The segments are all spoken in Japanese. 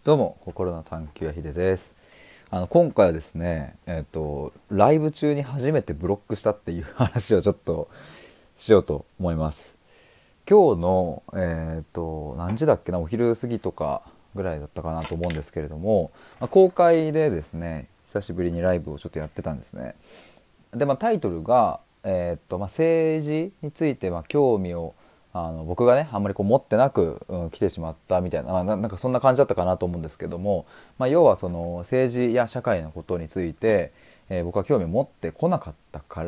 どうも心の探求やひでです。今回はですね、ライブ中に初めてブロックしたっていう話をちょっとしようと思います。今日の何時だっけな、お昼過ぎとかぐらいだったかなと思うんですけれども、公開でですね久しぶりにライブをちょっとやってたんですね。で、タイトルが、政治について興味を僕がねあんまり持ってなく、来てしまったみたいな、なんかそんな感じだったかなと思うんですけども、要はその政治や社会のことについて、僕は興味を持ってこなかったから、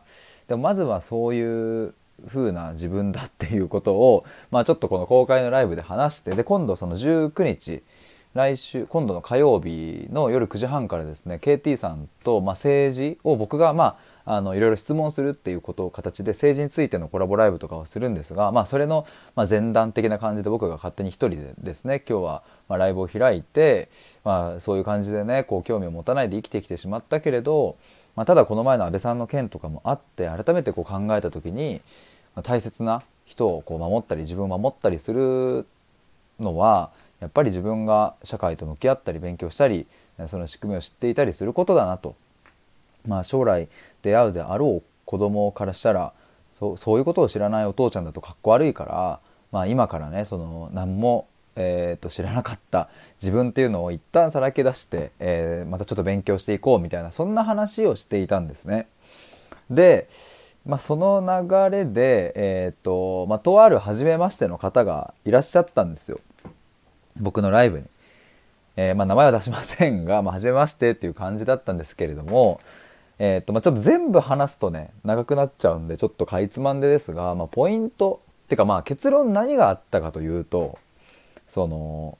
でもまずはそういう風な自分だっていうことを、ちょっとこの公開のライブで話して、で今度その19日、来週今度の火曜日の夜9時半からですね KT さんと、政治を僕がいろいろ質問するっていうことを形で政治についてのコラボライブとかをするんですが、それの前段的な感じで僕が勝手に一人でですね今日はライブを開いて、そういう感じでね興味を持たないで生きてきてしまったけれど、ただこの前の安倍さんの件とかもあって改めて考えた時に、大切な人を守ったり自分を守ったりするのはやっぱり自分が社会と向き合ったり勉強したりその仕組みを知っていたりすることだなと。将来出会うであろう子供からしたらそういうことを知らないお父ちゃんだとかっこ悪いから、今からねその何も、知らなかった自分っていうのを一旦さらけ出して、またちょっと勉強していこうみたいなそんな話をしていたんですね。で、その流れで、とある初めましての方がいらっしゃったんですよ、僕のライブに。名前は出しませんが、初めましてっていう感じだったんですけれども、ちょっと全部話すとね長くなっちゃうんでちょっとかいつまんでですが、ポイントってか結論何があったかというと、その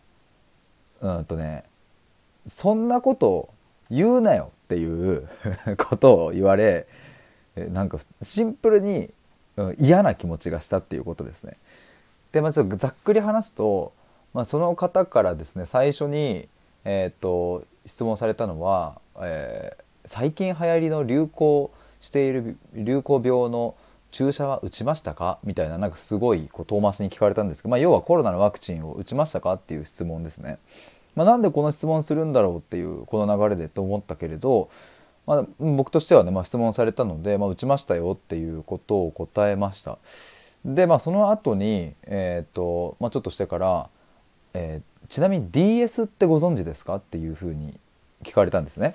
そんなこと言うなよっていうことを言われ、なんかシンプルに、嫌な気持ちがしたっていうことですね。で、ちょっとざっくり話すと、その方からですね最初に、質問されたのは、最近流行りの流行している流行病の注射は打ちましたかみたいな、なんかすごい遠回しに聞かれたんですけど、要はコロナのワクチンを打ちましたかっていう質問ですね。なんでこの質問するんだろうっていうこの流れでと思ったけれど、僕としてはね、質問されたので、打ちましたよっていうことを答えました。で、その後に、ちょっとしてから、ちなみに DS ってご存知ですかっていうふうに聞かれたんですね。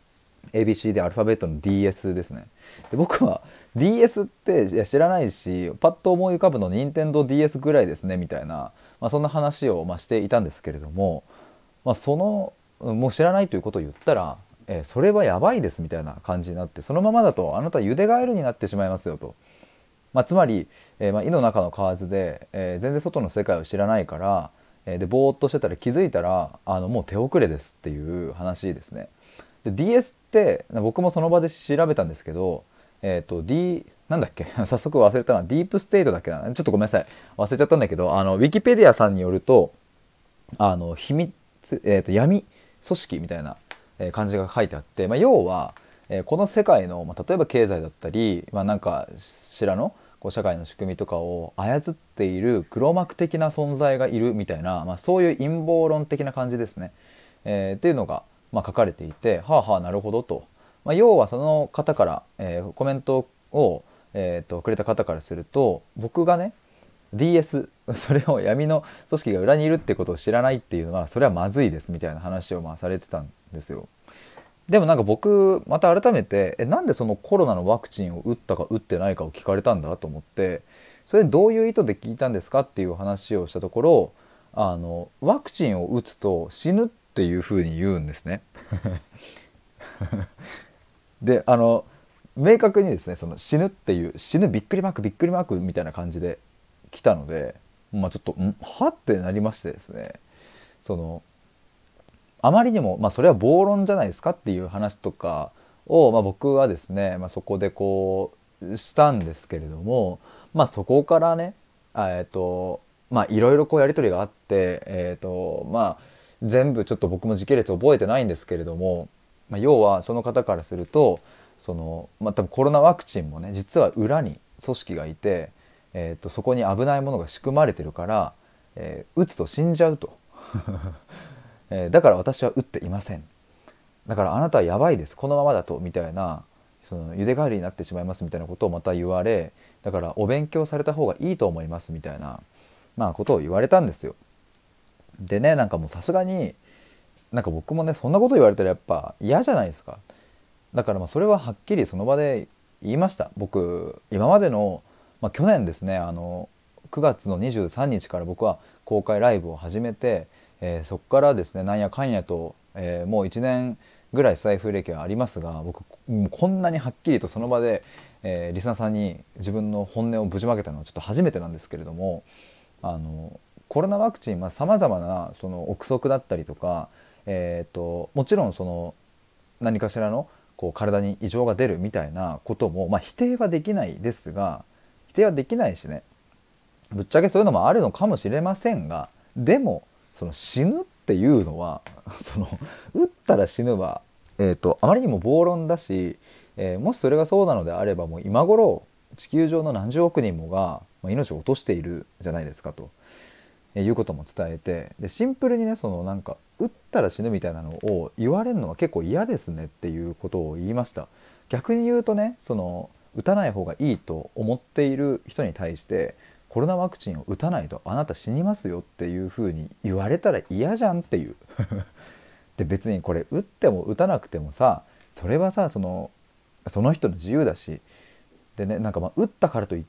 ABC でアルファベットの DS ですね。で、僕は DS っていや知らないし、パッと思い浮かぶの任天堂 DS ぐらいですねみたいな、そんな話をしていたんですけれども、そのもう知らないということを言ったら、それはやばいですみたいな感じになって、そのままだとあなたゆでガエルになってしまいますよと。つまり、胃の中の蛙で、全然外の世界を知らないから、でぼーっとしてたら気づいたらもう手遅れですっていう話ですね。で DS って僕もその場で調べたんですけど、なんだっけ早速忘れたな、ディープステートだっけな、ちょっとごめんなさい忘れちゃったんだけど、ウィキペディアさんによると秘密、闇組織みたいな漢字が書いてあって、要は、この世界の、例えば経済だったり、なんかしらの社会の仕組みとかを操っている黒幕的な存在がいるみたいな、そういう陰謀論的な感じですね、っていうのが、書かれていて、はあはあなるほどと、要はその方から、コメントを、くれた方からすると、僕がね DS それを闇の組織が裏にいるってことを知らないっていうのはそれはまずいですみたいな話をされてたんですよ。でもなんか僕また改めてなんでそのコロナのワクチンを打ったか打ってないかを聞かれたんだと思って、それどういう意図で聞いたんですかっていう話をしたところ、ワクチンを打つと死ぬっていうふうに言うんですね。で明確にですねその死ぬっていう死ぬびっくりマークびっくりマークみたいな感じで来たので、ちょっとはってなりましてですね、そのあまりにも、それは暴論じゃないですかっていう話とかを、僕はですね、そこでしたんですけれども、そこからねいろいろやり取りがあって、全部ちょっと僕も時系列覚えてないんですけれども、要はその方からすると多分コロナワクチンもね実は裏に組織がいて、そこに危ないものが仕組まれてるから、打つと死んじゃうとだから私は打っていません、だからあなたはやばいですこのままだとみたいな、そのゆでガエルになってしまいますみたいなことをまた言われ、だからお勉強された方がいいと思いますみたいな、ことを言われたんですよ。でね、なんかもうさすがになんか僕もねそんなこと言われたらやっぱ嫌じゃないですか。だからそれははっきりその場で言いました。僕今までの、去年ですね、9月の23日から僕は公開ライブを始めて、そこからですねなんやかんやと、もう1年ぐらいスタイフ歴はありますが、僕もうこんなにはっきりとその場で、リスナーさんに自分の本音をぶちまけたのはちょっと初めてなんですけれども、あのコロナワクチンさまざ、まなその憶測だったりとか、もちろんその何かしらのこう体に異常が出るみたいなことも、否定はできないですが、否定はできないしね、ぶっちゃけそういうのもあるのかもしれませんが、でもその死ぬっていうのはその打ったら死ぬは、あまりにも暴論だし、もしそれがそうなのであればもう今頃地球上の何十億人もが命を落としているじゃないですかと、いうことも伝えて、でシンプルにねそのなんか打ったら死ぬみたいなのを言われるのは結構嫌ですねっていうことを言いました。逆に言うとね、その打たない方がいいと思っている人に対して、コロナワクチンを打たないとあなた死にますよっていう風に言われたら嫌じゃんっていうで別にこれ打っても打たなくてもさ、それはさその人の自由だし、でね、なんか打ったからといって、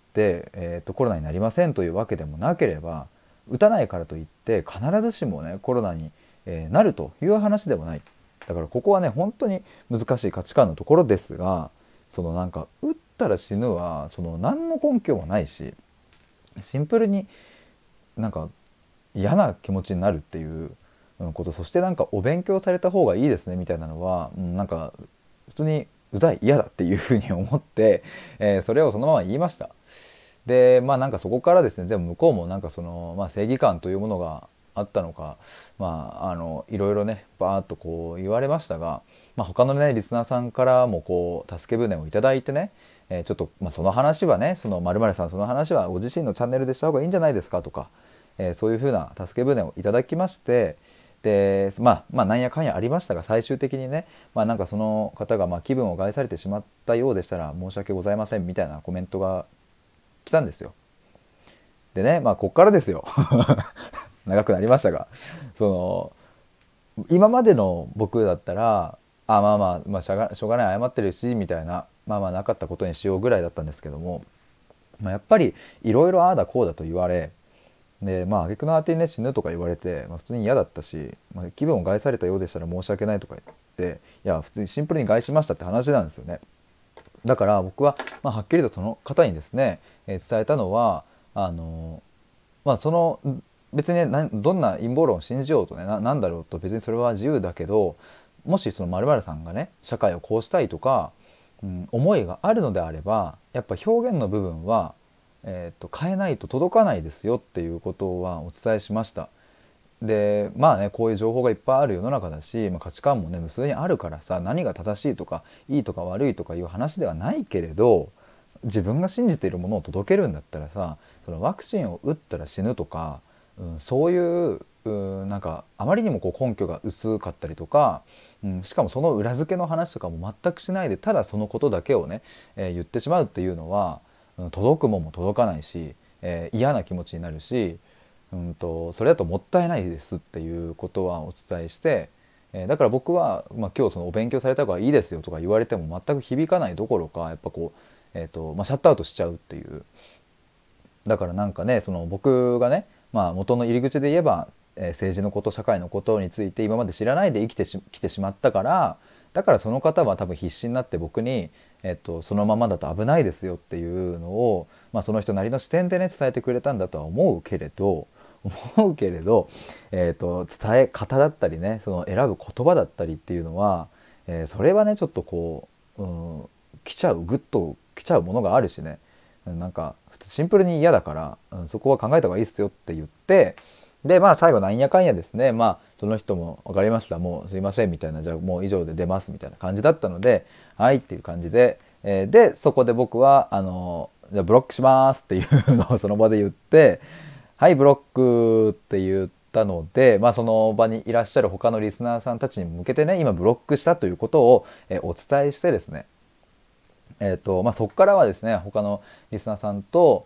コロナになりませんというわけでもなければ、打たないからといって必ずしもねコロナに、なるという話でもない。だからここはね本当に難しい価値観のところですが、そのなんか打ったら死ぬはその何の根拠もないし、シンプルになんか嫌な気持ちになるっていうこと、そしてなんかお勉強された方がいいですねみたいなのは、なんか普通にうざい嫌だっていうふうに思って、それをそのまま言いました。でなんかそこからですね、でも向こうもなんかその、正義感というものがあったのか、いろいろねバーッとこう言われましたが、他のねリスナーさんからもこう助け舟をいただいてね、ちょっと、その話はね、その〇〇さんその話はご自身のチャンネルでした方がいいんじゃないですかとか、そういうふうな助け舟をいただきまして、でなんやかんやありましたが、最終的にね、なんかその方が気分を害されてしまったようでしたら申し訳ございませんみたいなコメントが来たんですよ。でね、こっからですよ長くなりましたが、その今までの僕だったらしょうがない謝ってるしみたいな、なかったことにしようぐらいだったんですけども、やっぱりいろいろああだこうだと言われ、で挙句の果てにね死ぬとか言われて、普通に嫌だったし、気分を害されたようでしたら申し訳ないとか言って、いや普通にシンプルに害しましたって話なんですよね。だから僕は、はっきりとその方にですね、伝えたのはその別にねどんな陰謀論を信じようとね、なんだろうと別にそれは自由だけど、もしその〇〇さんがね社会をこうしたいとか、思いがあるのであれば、やっぱ表現の部分は、変えないと届かないですよっていうことはお伝えしました。でこういう情報がいっぱいある世の中だし、価値観もね無数にあるからさ、何が正しいとかいいとか悪いとかいう話ではないけれど、自分が信じているものを届けるんだったらさ、そのワクチンを打ったら死ぬとか、そういうなんかあまりにもこう根拠が薄かったりとか、しかもその裏付けの話とかも全くしないで、ただそのことだけをね、言ってしまうっていうのは、届くもんも届かないし、嫌な気持ちになるし、それだともったいないですっていうことはお伝えして、だから僕は、今日そのお勉強された方がいいですよとか言われても全く響かないどころか、やっぱこう、シャットアウトしちゃうっていう。だからなんかね、その僕がね、元の入り口で言えば、政治のこと社会のことについて今まで知らないできてしまったから、だからその方は多分必死になって僕に、そのままだと危ないですよっていうのを、その人なりの視点でね伝えてくれたんだとは思うけれど、伝え方だったりね、その選ぶ言葉だったりっていうのは、それはねちょっとこう、グッと来ちゃうものがあるしね、なんかシンプルに嫌だから、そこは考えた方がいいっすよって言って、で最後なんやかんやですね、その人も分かりました、もうすいませんみたいな、じゃあもう以上で出ますみたいな感じだったので、はいっていう感じで、でそこで僕はじゃあブロックしますっていうのをその場で言って、はいブロックって言ったので、その場にいらっしゃる他のリスナーさんたちに向けてね、今ブロックしたということを、お伝えしてですね、そこからはですね、他のリスナーさんと、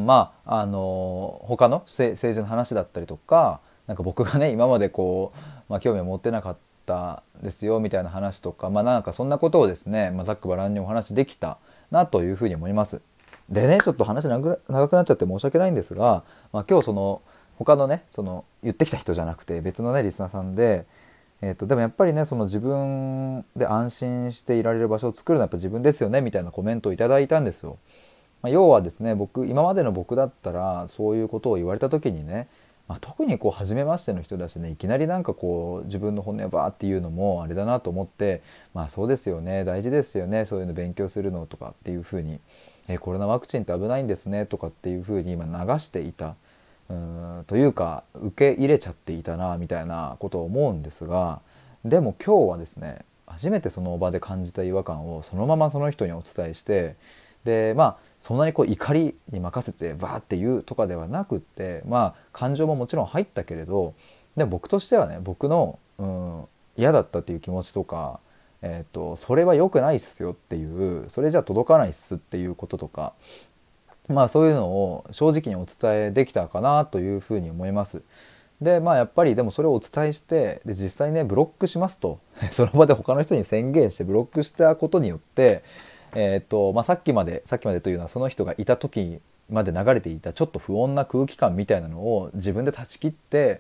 他の政治の話だったりとか、なんか僕がね今までこう、興味を持ってなかったですよみたいな話とか、なんかそんなことをですね、ざっくばらんにお話できたなというふうに思います。でね、ちょっと話長くなっちゃって申し訳ないんですが、今日その他のね、その言ってきた人じゃなくて別のねリスナーさんで、でもやっぱりね、その自分で安心していられる場所を作るのはやっぱ自分ですよねみたいなコメントをいただいたんですよ。要はですね、今までの僕だったらそういうことを言われた時にね、特にこう初めましての人だしね、いきなりなんかこう自分の本音をバーっていうのもあれだなと思って、そうですよね、大事ですよね、そういうの勉強するのとかっていうふうに、コロナワクチンって危ないんですねとかっていうふうに今流していた、というか受け入れちゃっていたなみたいなことを思うんですが、でも今日はですね、初めてその場で感じた違和感をそのままその人にお伝えして、でそんなにこう怒りに任せてバーって言うとかではなくって、感情ももちろん入ったけれど、でも僕としてはね、僕の、嫌だったっていう気持ちとか、それは良くないっすよっていう、それじゃ届かないっすっていうこととか、そういうのを正直にお伝えできたかなというふうに思います。でやっぱりでもそれをお伝えして、で実際ねブロックしますとその場で他の人に宣言してブロックしたことによって、さっきまでというのはその人がいた時まで流れていたちょっと不穏な空気感みたいなのを自分で断ち切って、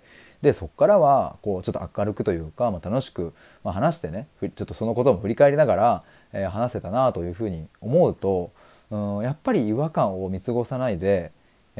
でそこからはこうちょっと明るくというか、楽しく、話してね、ちょっとそのことも振り返りながら、話せたなというふうに思うと、やっぱり違和感を見過ごさないで、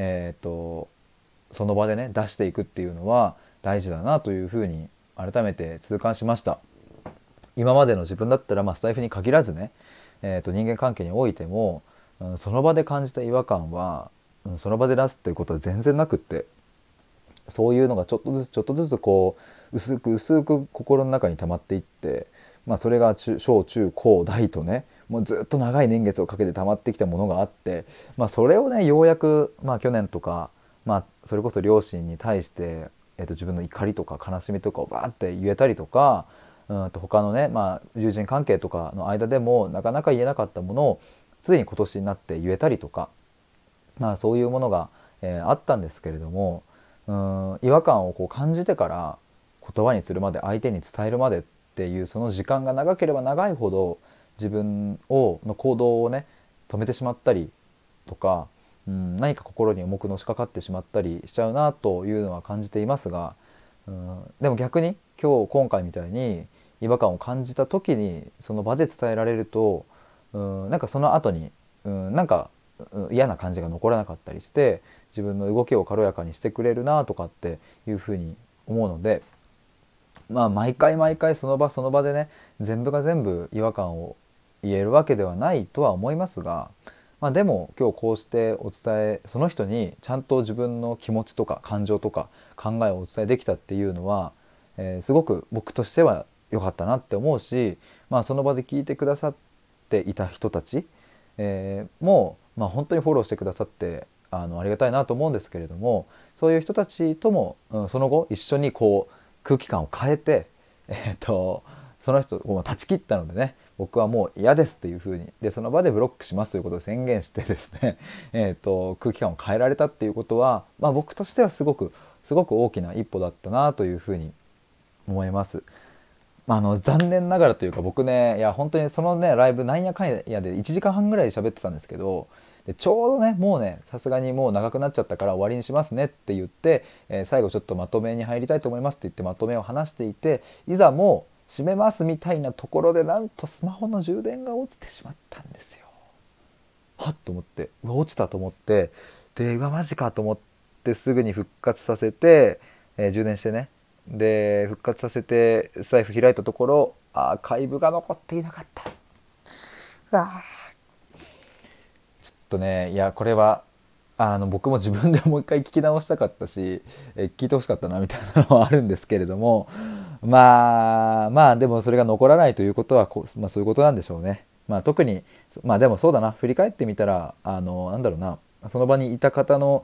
その場でね出していくっていうのは大事だなというふうに改めて痛感しました。今までの自分だったら、スタイフに限らずね、人間関係においても、その場で感じた違和感は、その場で出すっていうことは全然なくって、そういうのがちょっとずつこう薄く心の中に溜まっていって、それが小中高大とね、もうずっと長い年月をかけて溜まってきたものがあって、それをねようやく、去年とか、それこそ両親に対して、自分の怒りとか悲しみとかをバーって言えたりとか、他のね、友人関係とかの間でもなかなか言えなかったものをついに今年になって言えたりとか、そういうものが、あったんですけれども、違和感をこう感じてから言葉にするまで、相手に伝えるまでっていうその時間が長ければ長いほど自分の行動をね止めてしまったりとか、何か心に重くのしかかってしまったりしちゃうなというのは感じていますが、でも逆に今回みたいに違和感を感じた時にその場で伝えられると、なんかその後に、なんか嫌な感じが残らなかったりして、自分の動きを軽やかにしてくれるなとかっていうふうに思うので、毎回その場その場でね全部が全部違和感を言えるわけではないとは思いますが、でも今日こうしてお伝え、その人にちゃんと自分の気持ちとか感情とか考えをお伝えできたっていうのは、すごく僕としては良かったなって思うし、その場で聞いてくださっていた人たち、もう、本当にフォローしてくださってありがたいなと思うんですけれども、そういう人たちとも、その後一緒にこう空気感を変えて、その人を断ち切ったのでね、僕はもう嫌ですというふうに、でその場でブロックしますということを宣言してですね空気感を変えられたっていうことは、僕としてはすごく大きな一歩だったなというふうに思います。残念ながらというか、僕ね、いや本当にそのねライブなんやかんやで1時間半ぐらい喋ってたんですけど、でちょうどねもうねさすがにもう長くなっちゃったから終わりにしますねって言って、最後ちょっとまとめに入りたいと思いますって言ってまとめを話していて、いざもう閉めますみたいなところでなんとスマホの充電が落ちてしまったんですよ。はっと思って、うわ落ちたと思って、でうわマジかと思ってすぐに復活させて、充電してね、で復活させて財布開いたところアーカイブが残っていなかった。うわちょっとね、いやこれは僕も自分でもう一回聞き直したかったし、聞いてほしかったなみたいなのはあるんですけれども、でもそれが残らないということはそういうことなんでしょうね。特にでもそうだな、振り返ってみたらなんだろうな、その場にいた方の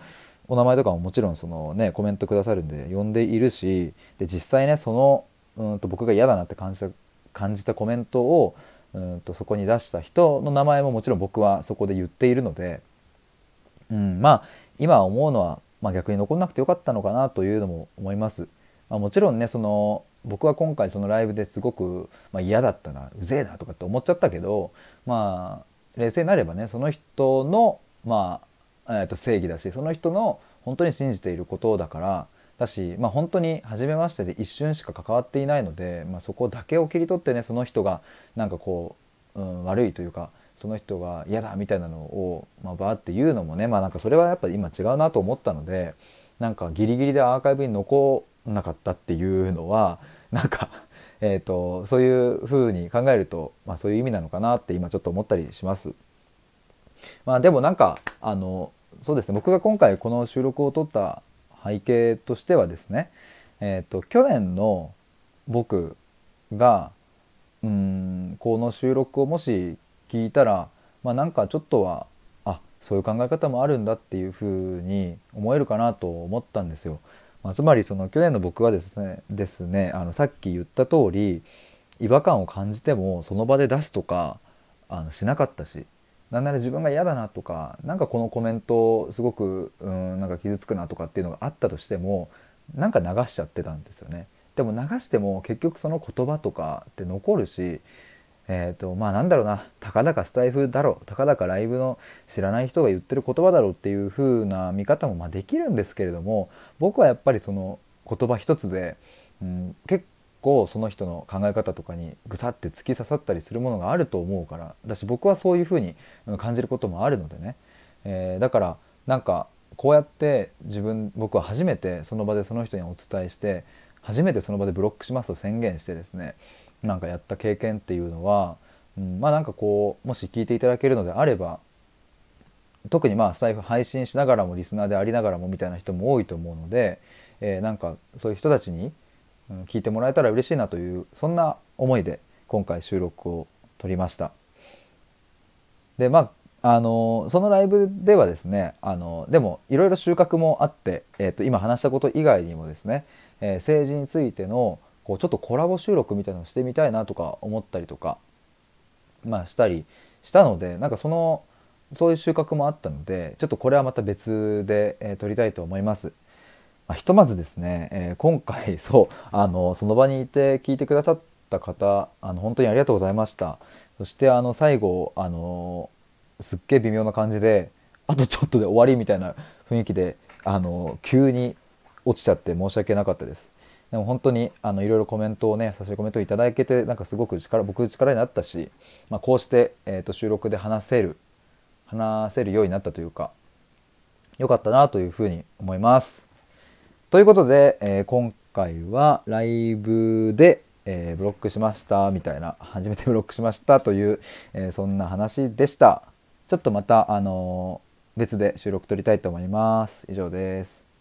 お名前とかももちろんそのねコメントくださるんで呼んでいるし、で実際ねその僕が嫌だなって感じたコメントをそこに出した人の名前ももちろん僕はそこで言っているので、まあ今思うのは、逆に残んなくてよかったのかなというのも思います。もちろんねその僕は今回そのライブですごく、嫌だったなうぜえなとかって思っちゃったけど、冷静になればねその人の正義だし、その人の本当に信じていることだからだし、本当に初めましてで一瞬しか関わっていないので、そこだけを切り取ってねその人がなんかこう、悪いというかその人が嫌だみたいなのを、バーって言うのもね、なんかそれはやっぱり今違うなと思ったので、なんかギリギリでアーカイブに残んなかったっていうのはなんかそういう風に考えると、そういう意味なのかなって今ちょっと思ったりします。でもなんかそうですね、僕が今回この収録を撮った背景としてはですね、去年の僕がこの収録をもし聞いたら、なんかちょっとはそういう考え方もあるんだっていう風に思えるかなと思ったんですよ。つまりその去年の僕はですねさっき言った通り違和感を感じてもその場で出すとかしなかったし、なんなら自分が嫌だなとかなんかこのコメントすごくなんか傷つくなとかっていうのがあったとしてもなんか流しちゃってたんですよね。でも流しても結局その言葉とかって残るし、なんだろうな、たかだかスタイフだろう、たかだかライブの知らない人が言ってる言葉だろうっていう風な見方もできるんですけれども、僕はやっぱりその言葉一つで、結構その人の考え方とかにぐさって突き刺さったりするものがあると思うからだし、僕はそういう風に感じることもあるのでね、だからなんかこうやって僕は初めてその場でその人にお伝えして初めてその場でブロックしますと宣言してですね、なんかやった経験っていうのは、なんかこうもし聞いていただけるのであれば、特にスタイフ配信しながらもリスナーでありながらもみたいな人も多いと思うので、なんかそういう人たちに聞いてもらえたら嬉しいなというそんな思いで今回収録を撮りました。でそのライブではですねでもいろいろ収穫もあって、今話したこと以外にもですね、政治についてのこうちょっとコラボ収録みたいなのをしてみたいなとか思ったりとか、したりしたので、なんかそういう収穫もあったのでちょっとこれはまた別で、撮りたいと思います。ひとまずですね、今回その場にいて聞いてくださった方本当にありがとうございました。そして最後すっげえ微妙な感じであとちょっとで終わりみたいな雰囲気で急に落ちちゃって申し訳なかったです。でも本当にいろいろコメントをね差しコメントいただけてなんかすごく僕力になったし、こうして、収録で話せるようになったというか良かったなというふうに思います。ということで、今回はライブで、ブロックしましたみたいな、初めてブロックしましたという、そんな話でした。ちょっとまた、別で収録撮りたいと思います。以上です。